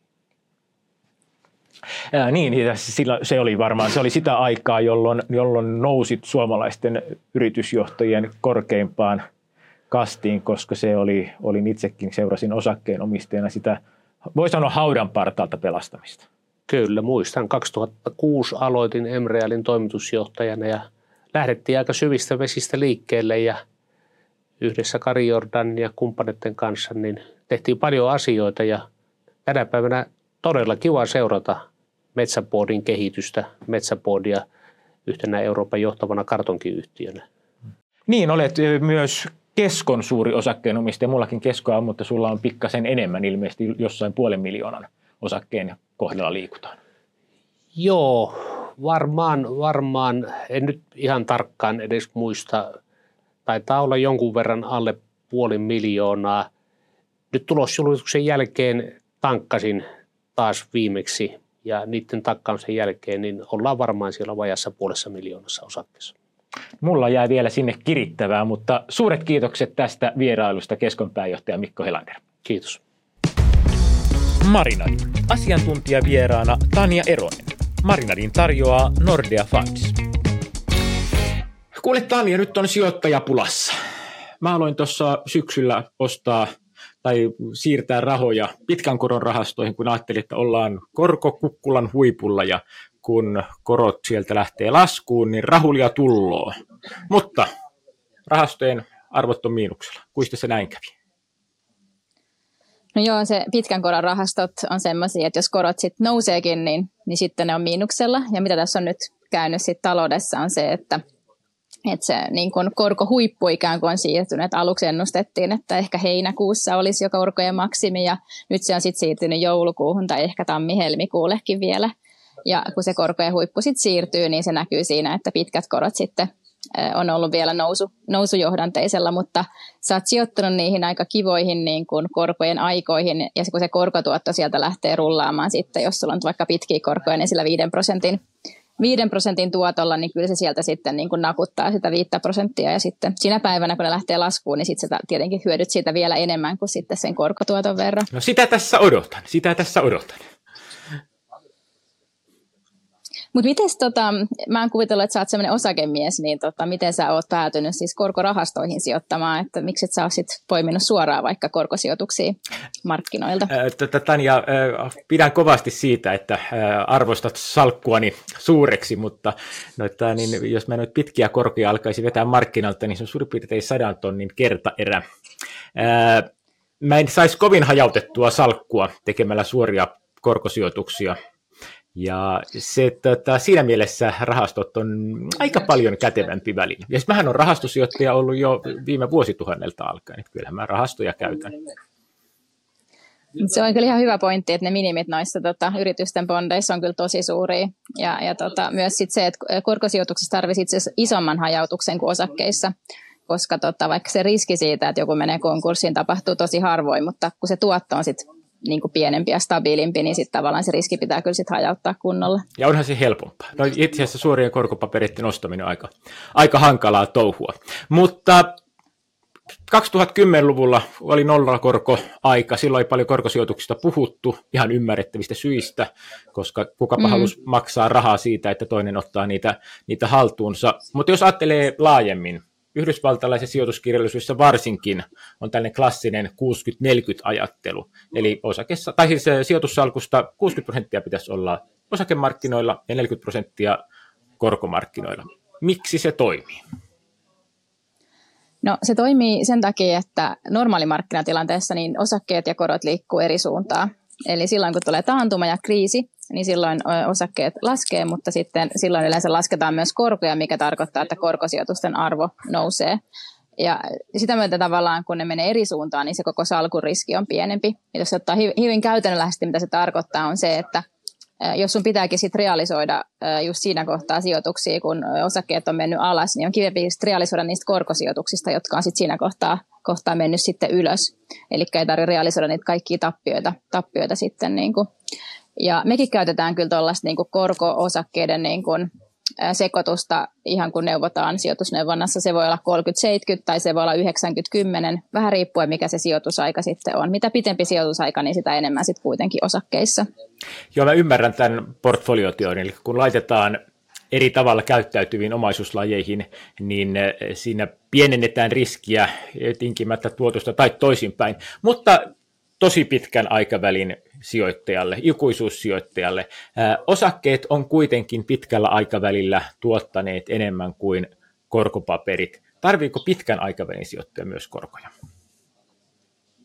Niin, se oli sitä aikaa, jolloin nousit suomalaisten yritysjohtajien korkeimpaan kastiin, koska olin itsekin seurasin osakkeenomistajana sitä, voi sanoa haudan partaalta pelastamista. Kyllä, muistan. 2006 aloitin Emrealin toimitusjohtajana ja lähdettiin aika syvistä vesistä liikkeelle ja yhdessä Kari Jordan ja kumppaneiden kanssa niin tehtiin paljon asioita ja tänä päivänä todella kiva seurata Metsä-Boardin kehitystä, Metsä-Boardia yhtenä Euroopan johtavana kartonkiyhtiönä. Niin, olet myös Keskon suuri osakkeenomistaja. Mullakin Keskoa on, mutta sulla on pikkasen enemmän, ilmeisesti jossain 500 000 osakkeen kohdalla liikutaan. Joo, varmaan, en nyt ihan tarkkaan edes muista, taitaa olla jonkun verran alle 500 000. Nyt tulosjulkistuksen jälkeen tankkasin taas viimeksi ja niiden tankkaamisen jälkeen niin ollaan varmaan siellä vajassa 500 000 osakkeessa. Mulla jää vielä sinne kirittävää, mutta suuret kiitokset tästä vierailusta Keskon pääjohtaja Mikko Helander. Kiitos. Marinadi. Asiantuntijavieraana Tanja Eronen. Marinadin tarjoaa Nordea Funds. Kuule Tanja, nyt on sijoittajapulassa. Mä aloin tuossa syksyllä ostaa tai siirtää rahoja pitkän koron rahastoihin, kun ajattelin, että ollaan korkokukkulan huipulla ja kun korot sieltä lähtee laskuun, niin rahulia tulloo. Mutta rahastojen arvot on miinuksella. Kuista se näin kävi? No joo, se pitkän koron rahastot on semmoisia, että jos korot sitten nouseekin, niin sitten ne on miinuksella. Ja mitä tässä on nyt käynyt sitten taloudessa on se, että se niin kun korkohuippu ikään kuin on siirtynyt. Että aluksi ennustettiin, että ehkä heinäkuussa olisi jo korkojen maksimi ja nyt se on sitten siirtynyt joulukuuhun tai ehkä tammi-helmikuullekin vielä. Ja kun se korkojen huippu sitten siirtyy, niin se näkyy siinä, että pitkät korot sitten on ollut vielä nousujohdanteisella, mutta sä oot sijoittunut niihin aika kivoihin niin kuin korkojen aikoihin, ja kun se korkotuotto sieltä lähtee rullaamaan sitten, jos sulla on vaikka pitkiä korkoja, niin sillä 5% tuotolla, niin kyllä se sieltä sitten niin kuin nakuttaa sitä 5%, ja sitten siinä päivänä, kun ne lähtee laskuun, niin sitten tietenkin hyödyt siitä vielä enemmän kuin sitten sen korkotuoton verran. No sitä tässä odotan. Mutta mites, mä oon kuvitellut, että sä oot semmoinen osakemies, niin miten sä oot päätynyt siis korkorahastoihin sijoittamaan, että miksi et sä oot sit poiminut suoraan vaikka korkosijoituksia markkinoilta? Tanja, pidän kovasti siitä, että arvostat salkkuani suureksi, mutta niin jos mä nyt pitkiä korkoja alkaisin vetää markkinalta, niin se on suurin piirtein 100 000 kertaerä. Mä en saisi kovin hajautettua salkkua tekemällä suoria korkosijoituksia. Ja se, siinä mielessä rahastot on aika paljon kätevämpi väline. Ja mähän on rahastosijoittaja ollut jo viime vuosituhannelta alkaen, että kyllähän mä rahastoja käytän. Se on kyllä ihan hyvä pointti, että ne minimit noissa yritysten bondeissa on kyllä tosi suuria. Ja myös sit se, että korkosijoituksissa tarvitsisi itse asiassa isomman hajautuksen kuin osakkeissa, koska vaikka se riski siitä, että joku menee konkurssiin, tapahtuu tosi harvoin, mutta kun se tuotto on sitten niin kuin pienempi ja stabiilimpi, niin sitten tavallaan se riski pitää kyllä sitten hajauttaa kunnolla. Ja onhan se helpompaa. No itse asiassa suorien korkopapereiden ostaminen on aika hankalaa touhua. Mutta 2010-luvulla oli nollakorko-aika. Silloin ei paljon korkosijoituksista puhuttu ihan ymmärrettävistä syistä, koska kukapa halusi maksaa rahaa siitä, että toinen ottaa niitä haltuunsa. Mutta jos ajattelee laajemmin, yhdysvaltalaisessa sijoituskirjallisuudessa varsinkin on tällainen klassinen 60-40-ajattelu. Eli sijoitussalkusta 60% pitäisi olla osakemarkkinoilla ja 40% korkomarkkinoilla. Miksi se toimii? No se toimii sen takia, että normaalimarkkinatilanteessa niin osakkeet ja korot liikkuu eri suuntaan. Eli silloin kun tulee taantuma ja kriisi, niin silloin osakkeet laskee, mutta sitten silloin yleensä lasketaan myös korkoja, mikä tarkoittaa, että korkosijoitusten arvo nousee. Ja sitä myötä tavallaan, kun ne menee eri suuntaan, niin se koko salkun riski on pienempi. Ja jos ottaa hyvin käytännönläheisesti, mitä se tarkoittaa, on se, että jos sun pitääkin sit realisoida just siinä kohtaa sijoituksia, kun osakkeet on mennyt alas, niin on kivempi realisoida niistä korkosijoituksista, jotka on sit siinä kohtaa mennyt sitten ylös. Eli ei tarvitse realisoida niitä kaikkia tappioita sitten. Niin kuin. Ja mekin käytetään kyllä tuollaista niin kuin korko-osakkeiden niin kuin sekoitusta, ihan kun neuvotaan sijoitusneuvonnassa. Se voi olla 30-70 tai se voi olla 90-10, vähän riippuen mikä se sijoitusaika sitten on. Mitä pitempi sijoitusaika, niin sitä enemmän sitten kuitenkin osakkeissa. Joo, mä ymmärrän tämän portfolioteorian, eli kun laitetaan eri tavalla käyttäytyviin omaisuuslajeihin, niin siinä pienennetään riskiä tinkimättä tuotosta tai toisinpäin, mutta tosi pitkän aikavälin sijoittajalle, ikuisuussijoittajalle. Osakkeet on kuitenkin pitkällä aikavälillä tuottaneet enemmän kuin korkopaperit. Tarviiko pitkän aikavälin sijoittaja myös korkoja?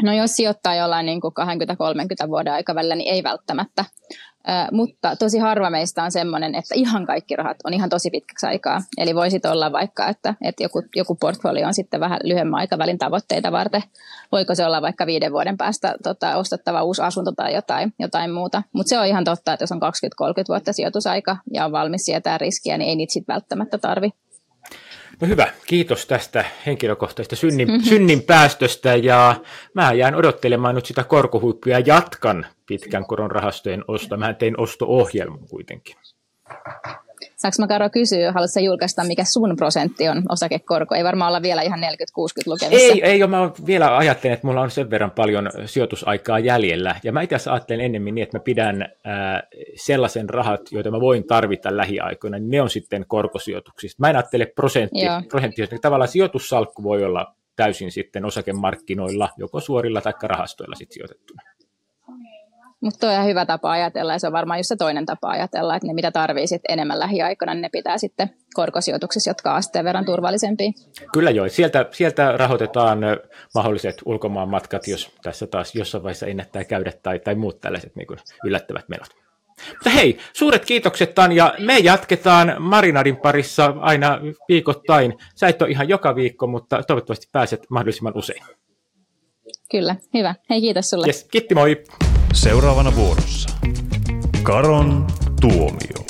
No jos sijoittaa jollain niin kuin 20-30 vuoden aikavälillä, niin ei välttämättä. Mutta tosi harva meistä on semmoinen, että ihan kaikki rahat on ihan tosi pitkäksi aikaa. Eli voisit olla vaikka, että joku portfolio on sitten vähän lyhyemmän aikavälin tavoitteita varten. Voiko se olla vaikka 5 vuoden päästä ostettava uusi asunto tai jotain muuta. Mutta se on ihan totta, että jos on 20-30 vuotta sijoitusaika ja on valmis sietää riskiä, niin ei niitä sitten välttämättä tarvitse. No hyvä, kiitos tästä henkilökohtaisesta synnin päästöstä ja mä jään odottelemaan nyt sitä korkohuippua ja jatkan pitkän koron rahastojen ostoa. Mä tein osto-ohjelman kuitenkin. Saanko mä Karo kysyä, haluatko julkaista, mikä sun prosentti on osakekorko? Ei varmaan olla vielä ihan 40-60 lukemissa. Ei, mä vielä ajattelen, että mulla on sen verran paljon sijoitusaikaa jäljellä. Ja mä itse asiassa ajattelen ennemmin niin, että mä pidän sellaisen rahat, joita mä voin tarvita lähiaikoina, niin ne on sitten korkosijoituksista. Mä en ajattele prosenttia. Tavallaan sijoitussalkku voi olla täysin sitten osakemarkkinoilla, joko suorilla tai rahastoilla sitten sijoitettuna. Mutta tuo on ihan hyvä tapa ajatella, ja se on varmaan just se toinen tapa ajatella, että ne mitä tarvii sitten enemmän lähiaikoina, niin ne pitää sitten korkosijoituksissa, jotka on asteen verran turvallisempia. Kyllä joo, sieltä rahoitetaan mahdolliset ulkomaan matkat, jos tässä taas jossain vaiheessa ennättää käydä tai muut tällaiset niin kuin yllättävät menot. Mutta hei, suuret kiitokset Tanja, me jatketaan Marinadin parissa aina viikoittain. Sä et ole ihan joka viikko, mutta toivottavasti pääset mahdollisimman usein. Kyllä, hyvä. Hei, kiitos sulle. Yes, kiitti, moi. Seuraavana vuorossa Karon tuomio.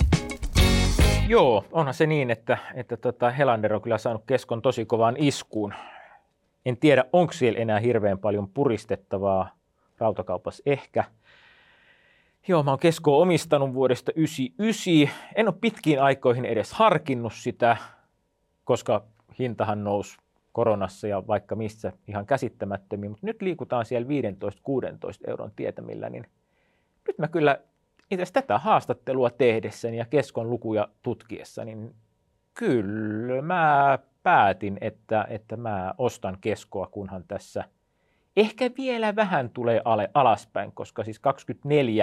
Joo, onhan se niin, että Helander on kyllä saanut Keskon tosi kovaan iskuun. En tiedä, onko siellä enää hirveän paljon puristettavaa rautakaupassa ehkä. Joo, mä oon Keskoa omistanut vuodesta 1999. En ole pitkiin aikoihin edes harkinnut sitä, koska hintahan nousi koronassa ja vaikka missä ihan käsittämättömiä, mutta nyt liikutaan siellä 15-16 euron tietämillä, niin nyt mä kyllä itse asiassa tätä haastattelua tehdessäni ja Keskon lukuja tutkiessa, niin kyllä mä päätin, että mä ostan Keskoa, kunhan tässä ehkä vielä vähän tulee alaspäin, koska siis 24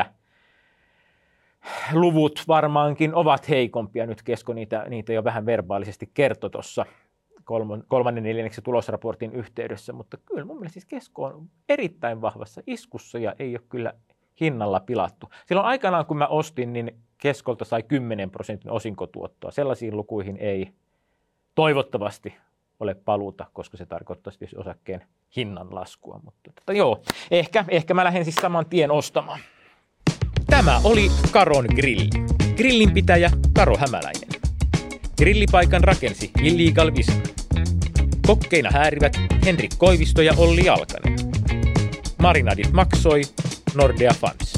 luvut varmaankin ovat heikompia. Nyt Kesko niitä jo vähän verbaalisesti kertoi tuossa kolmannen neljänneksen tulosraportin yhteydessä, mutta kyllä mun mielestä siis Kesko on erittäin vahvassa iskussa ja ei ole kyllä hinnalla pilattu. Silloin aikanaan, kun mä ostin, niin Keskolta sai 10% osinkotuottoa. Sellaisiin lukuihin ei toivottavasti ole paluuta, koska se tarkoittaisi tietysti osakkeen hinnan laskua. Mutta joo, ehkä mä lähden siis saman tien ostamaan. Tämä oli Karon grilli. Grillinpitäjä Karo Hämäläinen. Grillipaikan rakensi Illegal Vision. Kokkeina häärivät Henrik Koivisto ja Olli Jalkanen. Marinadit maksoi Nordea Funds.